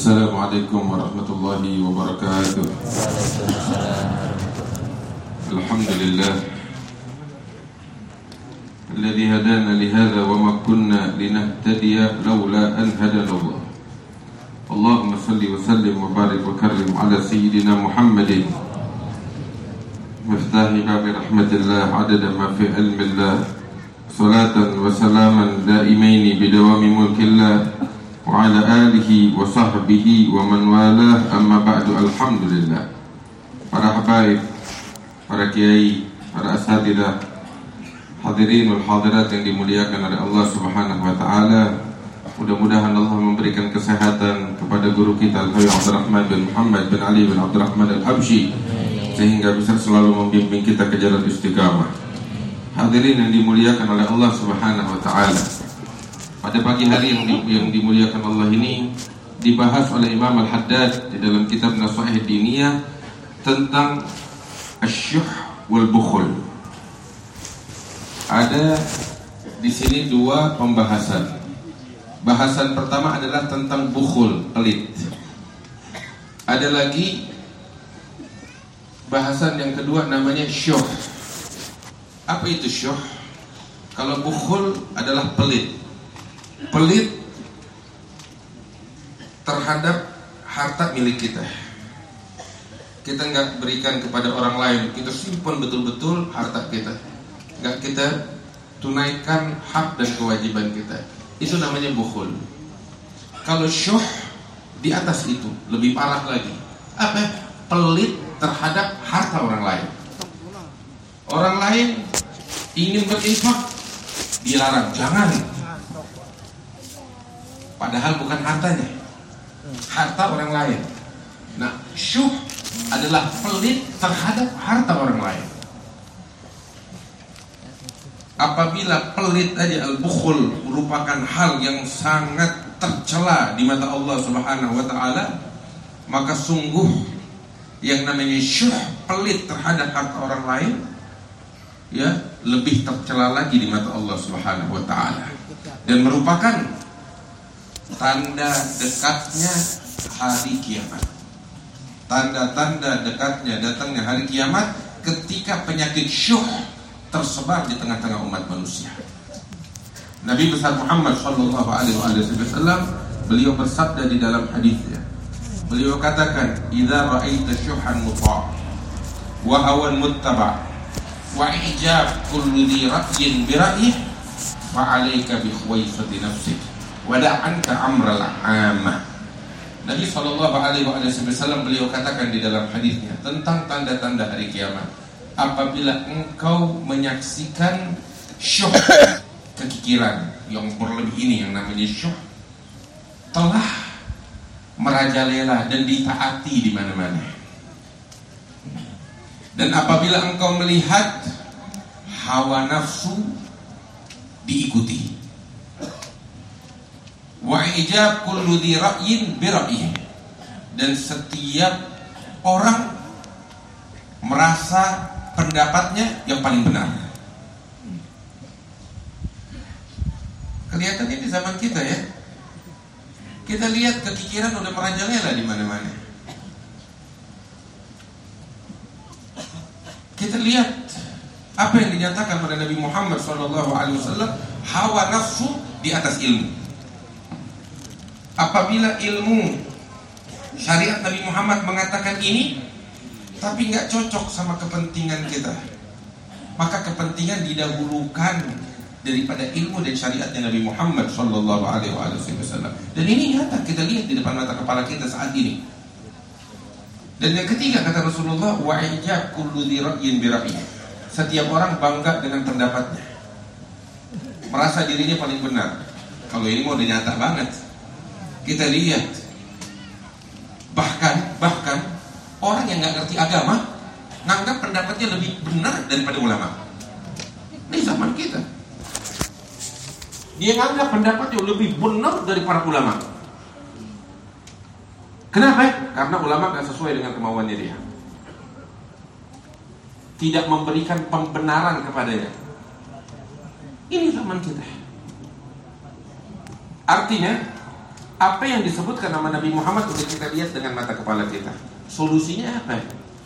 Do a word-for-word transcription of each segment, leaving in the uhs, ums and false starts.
Assalamualaikum warahmatullahi wabarakatuh. Alhamdulillah alladzi hadana lihadza wa ma kunna linahtadiya laula an hadana Allah. Allahumma salli wa sallim wa barik wa karrim ala sayyidina Muhammadin miftahi babi rahmatillah adada ma fi ilmillah, salatan wa salaman daimaini bidawami mulkillah wa ala alihi wa sahbihi wa man walah, amma ba'du. Alhamdulillah. Para habaib, para kiai, para asatidzah, hadirin wal hadirat yang dimuliakan oleh Allah Subhanahu wa taala, mudah-mudahan Allah memberikan kesehatan kepada guru kita Al-Habib Abdurrahman bin Muhammad bin Ali bin Abdurrahman Al-Habsyi, sehingga bisa selalu membimbing kita ke jalan istiqamah. Hadirin yang dimuliakan oleh Allah Subhanahu wa taala, pada pagi hari yang, di, yang dimuliakan Allah ini dibahas oleh Imam Al-Haddad di dalam kitab Nasaih Diniyah tentang asyuh wal bukhul. Ada di sini dua pembahasan. Bahasan pertama adalah tentang bukhul, pelit. Ada lagi bahasan yang kedua namanya syuh. Apa itu syuh? Kalau bukhul adalah pelit. Pelit terhadap harta milik kita. Kita nggak berikan kepada orang lain, kita simpan betul-betul harta kita, nggak kita tunaikan hak dan kewajiban kita. Itu namanya bukhul. Kalau syuh di atas itu lebih parah lagi. Apa? Pelit terhadap harta orang lain. Orang lain ingin berinfak, dilarang, jangan. Padahal bukan hartanya, harta orang lain. Nah, syuh adalah pelit terhadap harta orang lain. Apabila pelit aja, al-bukhul, merupakan hal yang sangat tercela di mata Allah Subhanahu wa taala, maka sungguh yang namanya syuh, pelit terhadap harta orang lain, ya, lebih tercela lagi di mata Allah Subhanahu wa taala, dan merupakan tanda dekatnya hari kiamat. Tanda-tanda dekatnya datangnya hari kiamat ketika penyakit syuh tersebar di tengah-tengah umat manusia. Nabi besar Muhammad sallallahu alaihi wasallam, beliau bersabda di dalam hadisnya, beliau katakan, "Idza ra'aita syuhan muta' wa hawan muttaba' wa ijab kulli dhi ra'yin bi ra'yihi fa 'alaika bi khuwaisati nafsik wa da'anka amral 'amah." Nabi sallallahu alaihi wasallam beliau katakan di dalam hadisnya tentang tanda-tanda hari kiamat, apabila engkau menyaksikan syuh, kekikiran yang berlebih ini yang namanya syuh telah merajalela dan ditaati di mana-mana. Dan apabila engkau melihat hawa nafsu diikuti, wa ijab kullu dhi ra'yin bi ra'yihi, dan setiap orang merasa pendapatnya yang paling benar. Kelihatannya di zaman kita, ya, kita lihat kekikiran udah merajalela di mana-mana. Kita lihat apa yang dinyatakan pada Nabi Muhammad sallallahu alaihi wasallam, hawa nafsu di atas ilmu. Apabila ilmu syariat Nabi Muhammad mengatakan ini, tapi nggak cocok sama kepentingan kita, maka kepentingan didahulukan daripada ilmu dan syariatnya Nabi Muhammad sallallahu alaihi wasallam. Dan ini nyata kita lihat di depan mata kepala kita saat ini. Dan yang ketiga kata Rasulullah, wa ijab kullu dhi ra'yin bi ra'yihi. Setiap orang bangga dengan pendapatnya, merasa dirinya paling benar. Kalau ini mau udah nyata banget. Kita lihat bahkan bahkan orang yang nggak ngerti agama nganggap pendapatnya lebih benar daripada ulama. Ini zaman kita. Dia nganggap pendapatnya lebih benar dari para ulama. Kenapa? Karena ulama nggak sesuai dengan kemauannya dia, tidak memberikan pembenaran kepadanya. Ini zaman kita. Artinya Apa yang disebutkan nama Nabi Muhammad sudah kita lihat dengan mata kepala kita. Solusinya apa?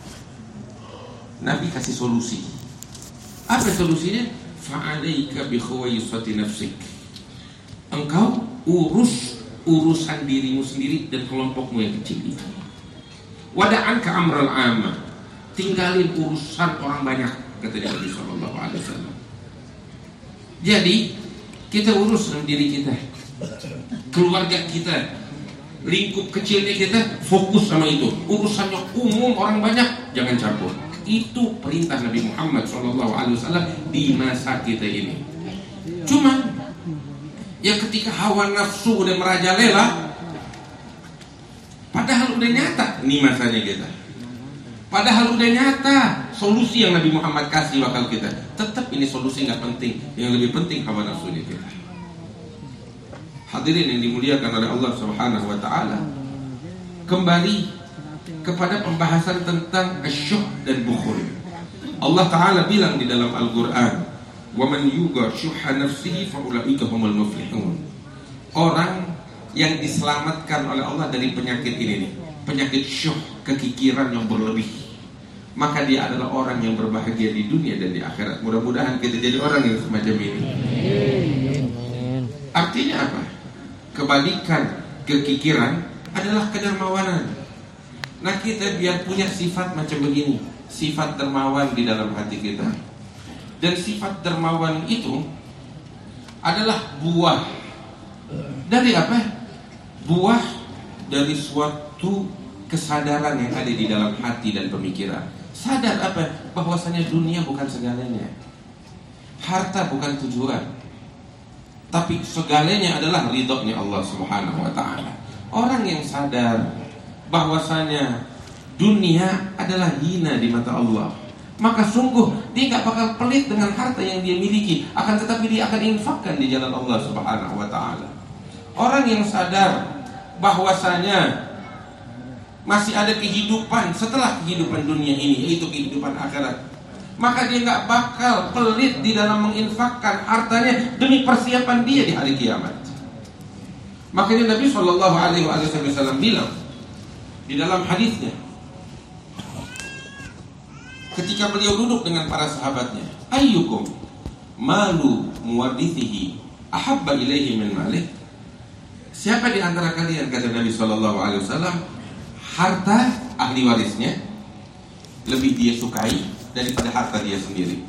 Nabi kasih solusi. Apa solusinya? Fa'alaika bi khawaisati nafsik. Engkau urus urusan dirimu sendiri dan kelompokmu yang kecil itu. Wada'anka amral amma. Tinggalin urusan orang banyak, kata Nabi sallallahu alaihi wasallam. Jadi kita urus dengan diri kita, keluarga kita, lingkup kecilnya kita, fokus sama itu. Urusannya umum orang banyak, jangan campur. Itu perintah Nabi Muhammad shallallahu alaihi wasallam di masa kita ini. Cuma ya ketika hawa nafsu udah merajalela, padahal udah nyata ini masanya kita, padahal udah nyata solusi yang Nabi Muhammad kasih bakal kita, tetap ini solusi nggak penting. Yang lebih penting hawa nafsu kita. Hadirin yang dimuliakan oleh Allah Subhanahu wa taala, kembali kepada pembahasan tentang asyuh dan bukhul. Allah Ta'ala bilang di dalam Al-Quran, wa man yuqa syuhha nafsihi fa ulaika humul muflihun. Orang yang diselamatkan oleh Allah dari penyakit ini nih, penyakit syuh, kekikiran yang berlebih, maka dia adalah orang yang berbahagia di dunia dan di akhirat. Mudah-mudahan kita jadi orang yang semacam ini. Artinya apa? Kebalikan kekikiran adalah kedermawanan. Nah kita biar punya sifat macam begini, sifat dermawan di dalam hati kita. Dan sifat dermawan itu adalah buah dari apa? Buah dari suatu kesadaran yang ada di dalam hati dan pemikiran. Sadar apa? Bahwasanya dunia bukan segalanya, harta bukan tujuan, tapi segalanya adalah ridhonya Allah Subhanahu wa taala. Orang yang sadar bahwasanya dunia adalah hina di mata Allah, maka sungguh dia gak bakal pelit dengan harta yang dia miliki, akan tetapi dia akan infakkan di jalan Allah Subhanahu wa taala. Orang yang sadar bahwasanya masih ada kehidupan setelah kehidupan dunia ini, yaitu kehidupan akhirat, maka dia gak bakal pelit di dalam menginfakkan hartanya demi persiapan dia di hari kiamat. Makanya Nabi shallallahu alaihi wasallam bilang di dalam hadisnya, ketika beliau duduk dengan para sahabatnya, ayyukum malu muwarithihi ahabba ilaihi min malih. Siapa di antara kalian, kata Nabi shallallahu alaihi wasallam, harta ahli warisnya lebih dia sukai daripada harta dia sendiri.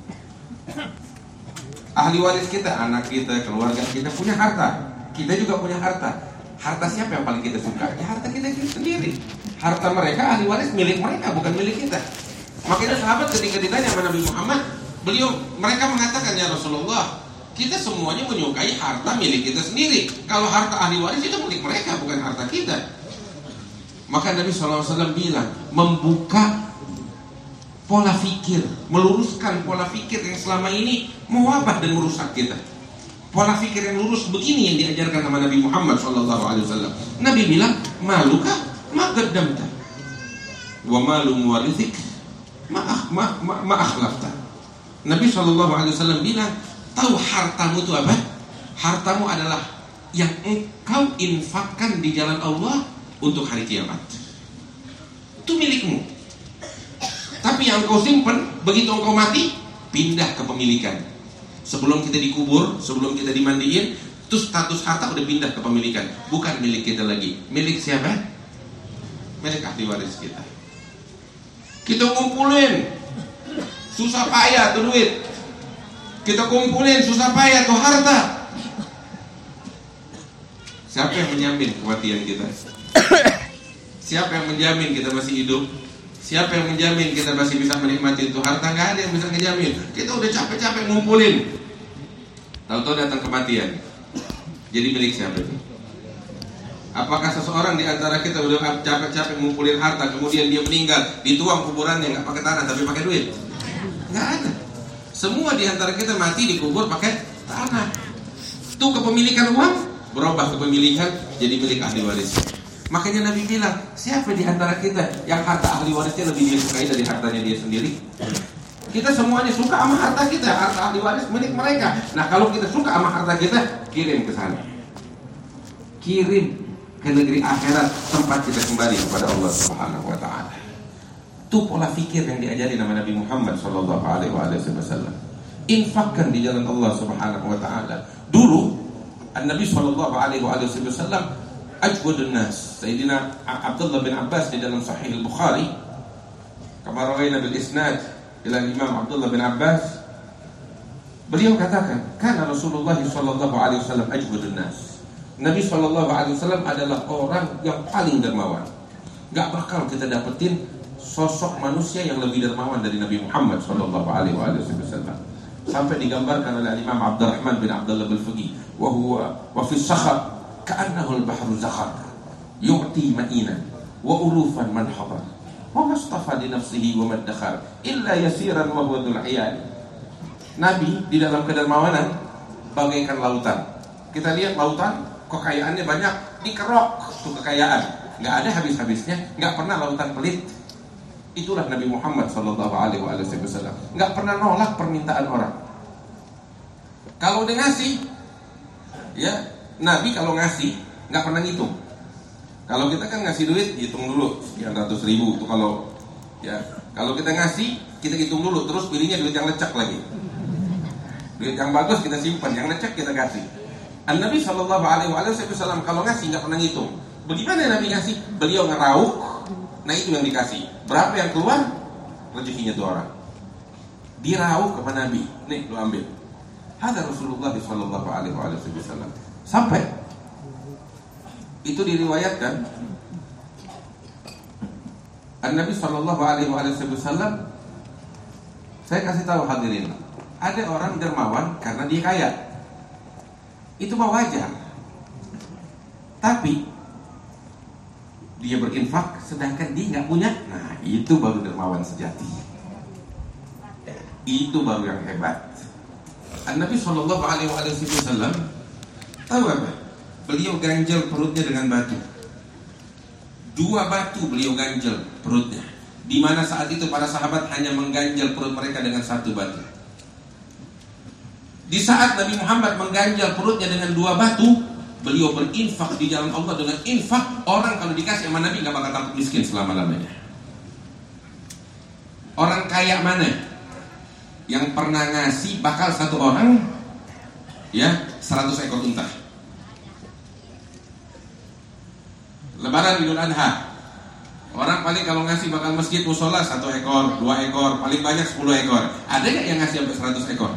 Ahli waris kita, anak kita, keluarga kita punya harta, kita juga punya harta. Harta siapa yang paling kita suka? Ya harta kita, kita sendiri. Harta mereka, ahli waris milik mereka, bukan milik kita. Makanya sahabat ketika ditanya sama Nabi Muhammad, beliau mereka mengatakan, ya Rasulullah, kita semuanya menyukai harta milik kita sendiri. Kalau harta ahli waris itu milik mereka, bukan harta kita. Maka Nabi shallallahu alaihi wasallam bilang, membuka pola fikir, meluruskan pola fikir yang selama ini mewabah dan merusak kita. Pola fikir yang lurus begini yang diajarkan sama Nabi Muhammad shallallahu alaihi wasallam. Nabi bilang, maluka ma qaddamta wa malu muwarithik ma ma ma, ma akhlafta. Nabi shallallahu alaihi wasallam bilang, tahu hartamu itu apa? Hartamu adalah yang engkau infakkan di jalan Allah untuk hari kiamat. Itu milikmu. Tapi yang engkau simpan, begitu engkau mati, pindah ke pemilikan. Sebelum kita dikubur, sebelum kita dimandiin, itu status harta udah pindah ke pemilikan, bukan milik kita lagi. Milik siapa? Milik ahli waris kita. Kita kumpulin susah payah tuh duit, kita kumpulin susah payah tuh harta. Siapa yang menjamin kematian kita? Siapa yang menjamin kita masih hidup? Siapa yang menjamin kita masih bisa menikmati itu harta? Gak ada yang bisa menjamin. Kita udah capek-capek ngumpulin, tahu-tahu datang kematian. Jadi milik siapa itu? Apakah seseorang di antara kita udah capek-capek ngumpulin harta, kemudian dia meninggal, dituang kuburannya nggak pakai tanah tapi pakai duit? Nggak ada. Semua di antara kita mati dikubur pakai tanah. Itu kepemilikan uang berubah kepemilikan jadi milik ahli waris. Makanya Nabi bilang, siapa di antara kita yang harta ahli warisnya lebih dia sukai dari hartanya dia sendiri? Kita semuanya suka sama harta kita, harta ahli waris milik mereka. Nah kalau kita suka sama harta kita, kirim ke sana. Kirim ke negeri akhirat, tempat kita kembali kepada Allah Subhanahu wa taala. Itu pola fikir yang diajari nama Nabi Muhammad sallallahu alaihi wasallam. Infakkan di jalan Allah Subhanahu wa taala. Dulu Nabi sallallahu alaihi wasallam ajwadun nas. Sayyidina Abdullah bin Abbas di dalam Sahih Al-Bukhari, kama rawaina bil isnad ila Imam Abdullah bin Abbas, beliau katakan, kana Rasulullah sallallahu alaihi wasallam ajwadun nas. Nabi sallallahu alaihi wasallam adalah orang yang paling dermawan. Gak bakal kita dapetin sosok manusia yang lebih dermawan dari Nabi Muhammad sallallahu alaihi wasallam. Sampai digambarkan oleh Imam Abdurrahman bin Abdullah Al-Faqih, wa huwa wa fi sakhar ka'annahu al-bahru zakhar yu'ti ma'ina wa ulufan man hadar wa mastafa li nafsihi wa man dakhar illa yasiran wa huwa dhul iyal. Nabi di dalam kedermawanan bagaikan lautan. Kita lihat lautan, kekayaannya banyak, dikerok tuh kekayaan, nggak ada habis-habisnya, nggak pernah lautan pelit. Itulah Nabi Muhammad sallallahu alaihi wasallam, nggak pernah nolak permintaan orang. Kalau dia ngasih, ya Nabi kalau ngasih nggak pernah ngitung. Kalau kita kan ngasih duit, hitung dulu sekian ratus ribu. Itu kalau ya kalau kita ngasih, kita hitung dulu, terus pilihnya duit yang lecek lagi. Duit yang bagus kita simpan, yang lecek kita kasih. An Nabi sallallahu alaihi wasallam kalau ngasih nggak pernah ngitung. Bagaimana Nabi ngasih? Beliau ngerauk, nah itu yang dikasih. Berapa yang keluar, rezekinya tuh orang. Dirauk kepada Nabi, nih lu ambil. Hadza Rasulullah sallallahu alaihi wasallam. Sampai itu diriwayatkan An Nabi sallallahu alaihi wasallam, saya kasih tahu hadirin, ada orang dermawan karena dia kaya. Itu mah wajar. Tapi dia berinfak sedangkan dia nggak punya, nah itu baru dermawan sejati. Itu baru yang hebat. An-Nabi sallallahu alaihi wasallam tahu apa? Beliau ganjel perutnya dengan batu. Dua batu beliau ganjel perutnya. Di mana saat itu para sahabat hanya mengganjel perut mereka dengan satu batu. Di saat Nabi Muhammad mengganjal perutnya dengan dua batu, beliau berinfak di jalan Allah dengan infak. Orang kalau dikasih sama Nabi gak bakal takut miskin selama-lamanya. Orang kaya mana yang pernah ngasih bakal satu orang ya seratus ekor unta? Lebaran Idul Adha, orang paling kalau ngasih bakal masjid musola satu ekor, dua ekor, paling banyak sepuluh ekor. Ada gak yang ngasih sampai seratus ekor?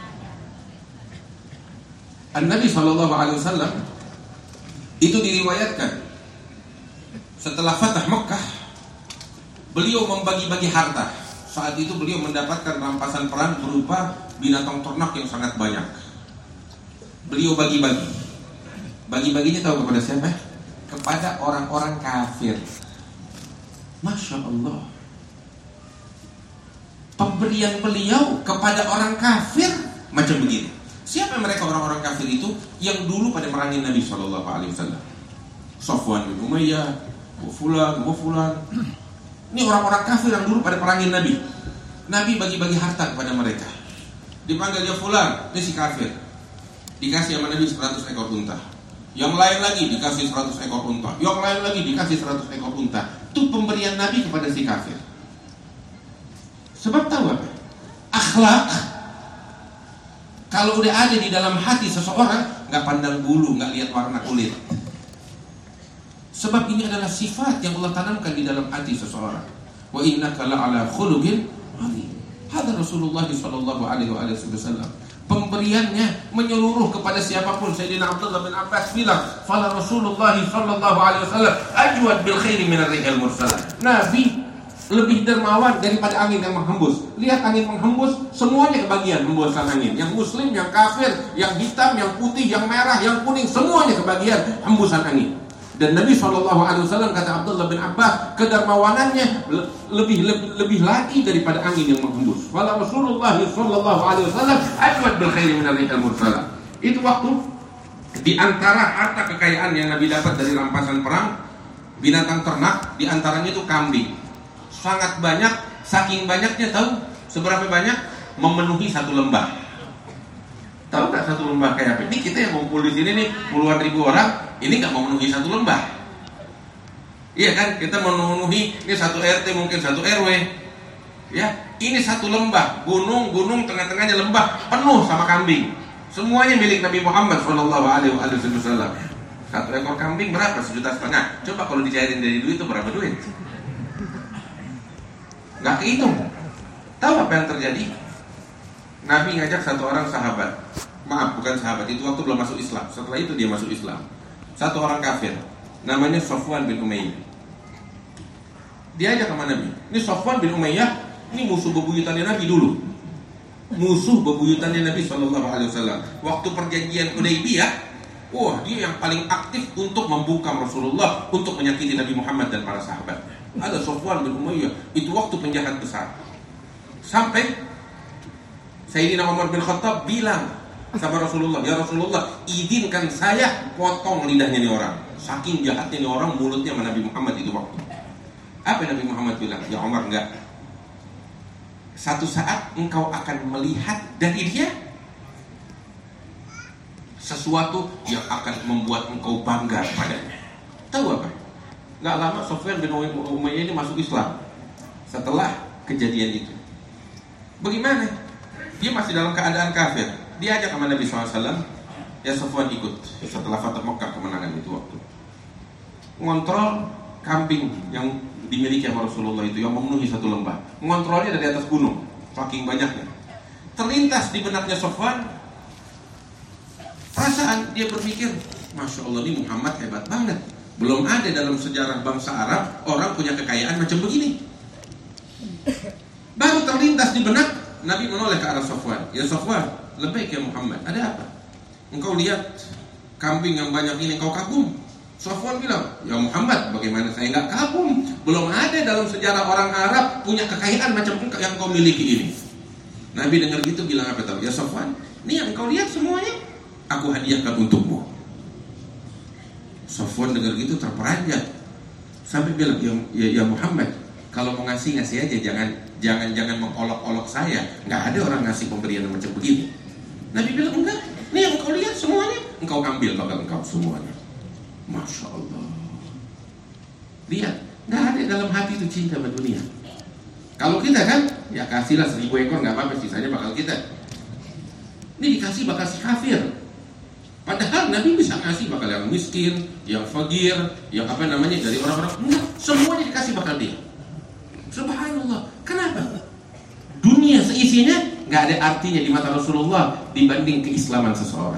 An-Nabi sallallahu alaihi wasallam itu diriwayatkan setelah Fatah Mekah, beliau membagi-bagi harta. Saat itu beliau mendapatkan rampasan perang berupa binatang ternak yang sangat banyak. Beliau bagi-bagi. Bagi-baginya tahu kepada siapa? Kepada orang-orang kafir. Masya Allah. Pemberian beliau kepada orang kafir macam begini. Siapa mereka orang-orang kafir itu yang dulu pada merangi Nabi sallallahu alaihi wasallam? Safwan bin Umayyah, wa fulan, wa fulan. Ini orang-orang kafir yang dulu pada perangin Nabi. Nabi bagi-bagi harta kepada mereka. Dipanggil ya fulan, ini si kafir. Dikasih sama Nabi seratus ekor unta. Yang lain lagi dikasih seratus ekor unta. Yang lain lagi dikasih seratus ekor unta. Itu pemberian Nabi kepada si kafir. Sebab tahu apa? Akhlak kalau udah ada di dalam hati seseorang, gak pandang bulu, gak lihat warna kulit. Sebab ini adalah sifat yang Allah tanamkan di dalam hati seseorang. Wa innaka la'ala khuluqin 'adzim. Hadza Rasulullah sallallahu alaihi wasallam. Pemberiannya menyeluruh kepada siapapun. Sayyidina Abdullah bin Abbas bilang, "Fala Rasulullah sallallahu alaihi wasallam ajwad bil khairi min ar-rihil mursalah." Nabi lebih dermawan daripada angin yang menghembus. Lihat angin menghembus, semuanya kebagian hembusan angin. Yang muslim, yang kafir, yang hitam, yang putih, yang merah, yang kuning, semuanya kebagian hembusan angin. Dan Nabi shallallahu alaihi wasallam, kata Abdullah bin Abbas, kedermawanannya lebih lebih, lebih lagi daripada angin yang menghembus. Wala Rasulullah shallallahu alaihi wasallam ajwad bil khairi min ar-rihil mursalah. Itu waktu di antara harta kekayaan yang Nabi dapat dari rampasan perang, binatang ternak, di antaranya itu kambing. Sangat banyak, saking banyaknya, tahu seberapa banyak? Memenuhi satu lembah. Tahu nggak satu lembah kayak apa? Ini kita yang ngumpul di sini nih puluhan ribu orang, ini nggak memenuhi satu lembah. Iya kan, kita memenuhi ini satu R T mungkin satu R W. Ya, ini satu lembah, gunung-gunung tengah-tengahnya lembah penuh sama kambing. Semuanya milik Nabi Muhammad shallallahu alaihi wasallam. Satu ekor kambing berapa? Sejuta setengah. Coba kalau dicairin dari duit itu berapa duit? Gak kehitung. Tahu apa yang terjadi? Nabi ngajak satu orang sahabat. Maaf, bukan sahabat, itu waktu belum masuk Islam. Setelah itu dia masuk Islam. Satu orang kafir, namanya Safwan bin Umayyah. Dia ajak sama Nabi. Ini Safwan bin Umayyah, ini musuh bebuyutannya Nabi dulu. Musuh bebuyutannya Nabi shallallahu alaihi wasallam. Waktu perjanjian Hudaybiyah, wah dia yang paling aktif untuk membungkam Rasulullah, untuk menyakiti Nabi Muhammad dan para sahabat. Ada Safwan bin Umayyah, itu waktu penjahat besar. Sampai Sayyidina Umar bin Khattab bilang sama Rasulullah, ya Rasulullah, izinkan saya potong lidahnya nih orang. Saking jahatnya nih orang, mulutnya sama Nabi Muhammad itu waktu. Apa Nabi Muhammad bilang? Ya Umar, enggak. Satu saat engkau akan melihat dari dia sesuatu yang akan membuat engkau bangga padanya. Tahu apa? Enggak lama Safwan bin Umayyah ini masuk Islam setelah kejadian itu. Bagaimana? Dia masih dalam keadaan kafir. Dia ajak sama Nabi shallallahu alaihi wasallam. Ya Safwan ikut setelah Fathu Makkah, kemenangan itu waktu. Ngontrol kambing yang dimiliki sama Rasulullah itu, yang memenuhi satu lembah. Mengontrolnya dari atas gunung, saking banyaknya. Terlintas di benaknya Safwan perasaan, dia berpikir, Masya Allah, ini Muhammad hebat banget. Belum ada dalam sejarah bangsa Arab orang punya kekayaan macam begini. Baru terlintas di benak, Nabi menoleh ke arah Safwan. Ya Safwan, lebih ya Muhammad, ada apa? Engkau lihat kambing yang banyak ini, engkau kagum? Safwan bilang, ya Muhammad, bagaimana saya enggak kagum? Belum ada dalam sejarah orang Arab punya kekayaan macam yang kau miliki ini. Nabi dengar gitu bilang apa tahu? Ya Safwan, ini yang engkau lihat semuanya, aku hadiahkan untukmu. Safwan dengar gitu terperanjat, sampai bilang, ya, ya, ya Muhammad, kalau mau ngasih ngasih aja, jangan jangan jangan mengolok-olok saya. Nggak ada orang ngasih pemberian macam begini. Nabi bilang, enggak, ini yang engkau lihat semuanya, engkau ambil bakal engkau semuanya. Masya Allah. Lihat, nggak ada dalam hati itu cinta sama dunia. Kalau kita kan, ya kasihlah seribu ekor nggak apa-apa, sisanya bakal kita. Ini dikasih bakal si kafir. Padahal Nabi bisa ngasih bakal yang miskin, yang fakir, yang apa namanya dari orang-orang. Enggak, semuanya dikasih bakal dia. Subhanallah. Kenapa? Dunia seisinya nggak ada artinya di mata Rasulullah dibanding keislaman seseorang.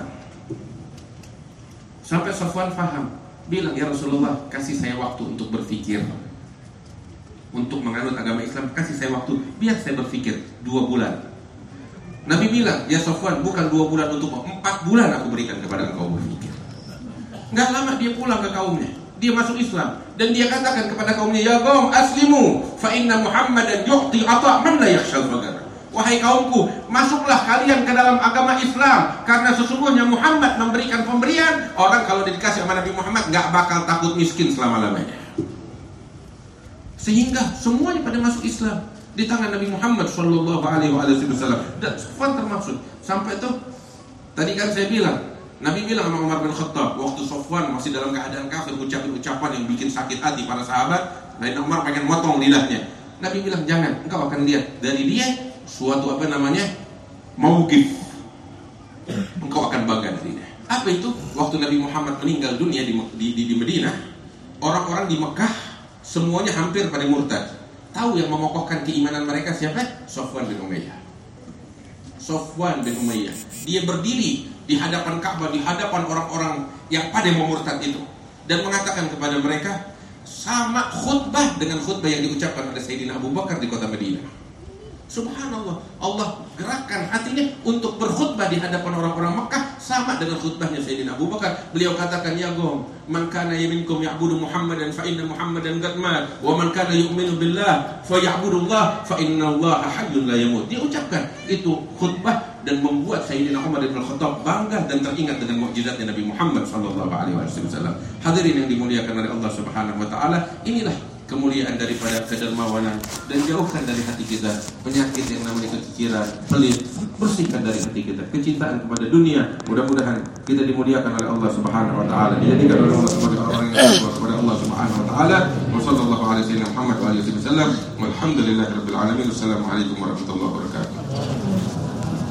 Sampai Safwan faham, bilang, ya Rasulullah, kasih saya waktu untuk berpikir, untuk menganut agama Islam, kasih saya waktu, biar saya berpikir dua bulan. Nabi bilang, ya Safwan, bukan dua bulan untukmu, empat bulan aku berikan kepada engkau berpikir. Nggak lama dia pulang ke kaumnya, dia masuk Islam, dan dia katakan kepada kaumnya, ya qaum aslimu, fa inna Muhammadan yu'ti ata' man la yakhshal faqr. Wahai kaumku, masuklah kalian ke dalam agama Islam, karena sesungguhnya Muhammad memberikan pemberian. Orang kalau dikasih sama Nabi Muhammad nggak bakal takut miskin selama-lamanya. Sehingga semuanya pada masuk Islam di tangan Nabi Muhammad Shallallahu Alaihi Wasallam. Dan Safwan termaksud. Sampai itu tadi kan saya bilang, Nabi bilang sama Umar bin Khattab waktu Safwan masih dalam keadaan kafir, ucapin ucapan yang bikin sakit hati para sahabat. Lain Umar pengen motong lidahnya. Nabi bilang, jangan, engkau akan lihat dari dia suatu apa namanya mauqif, engkau akan bangga dari dia. Apa itu? Waktu Nabi Muhammad meninggal dunia di, di, di, di Madinah, orang-orang di Mekah semuanya hampir pada murtad. Tahu yang mengokohkan keimanan mereka siapa? Safwan bin Umayyah. Safwan bin Umayyah. Dia berdiri di hadapan Ka'bah, di hadapan orang-orang yang pada mau murtad itu, dan mengatakan kepada mereka sama khutbah dengan khutbah yang diucapkan oleh Sayyidina Abu Bakar di kota Madinah. Subhanallah, Allah gerakkan hatinya untuk berkhutbah di hadapan orang-orang Mekah sama dengan khutbahnya Sayyidina Abu Bakar. Beliau katakan, ya qaum, man kana minkum ya'budu Muhammadan fa inna Muhammadan qad mat, wa man kana yu'minu billah fa ya'budullah fa innallaha hayyun la yamut. Dia ucapkan itu khutbah dan membuat Sayyidina Umar bin Khattab bangga dan teringat dengan mukjizatnya Nabi Muhammad sallallahu alaihi wasallam. Hadirin yang dimuliakan oleh Allah Subhanahu wa taala, inilah kemuliaan daripada kedermawanan, dan jauhkan dari hati kita penyakit yang namanya kekikiran, pelit. Bersihkan dari hati kita kecintaan kepada dunia. Mudah-mudahan kita dimuliakan oleh Allah Subhanahu wa taala, dijadikan oleh Allah sebagai orang yang takwa kepada Allah Subhanahu wa taala. Wa sallallahu alaihi wa sallam Muhammad wa alihi wasallam. Walhamdulillahirabbil alamin. Wassalamualaikum warahmatullahi wabarakatuh.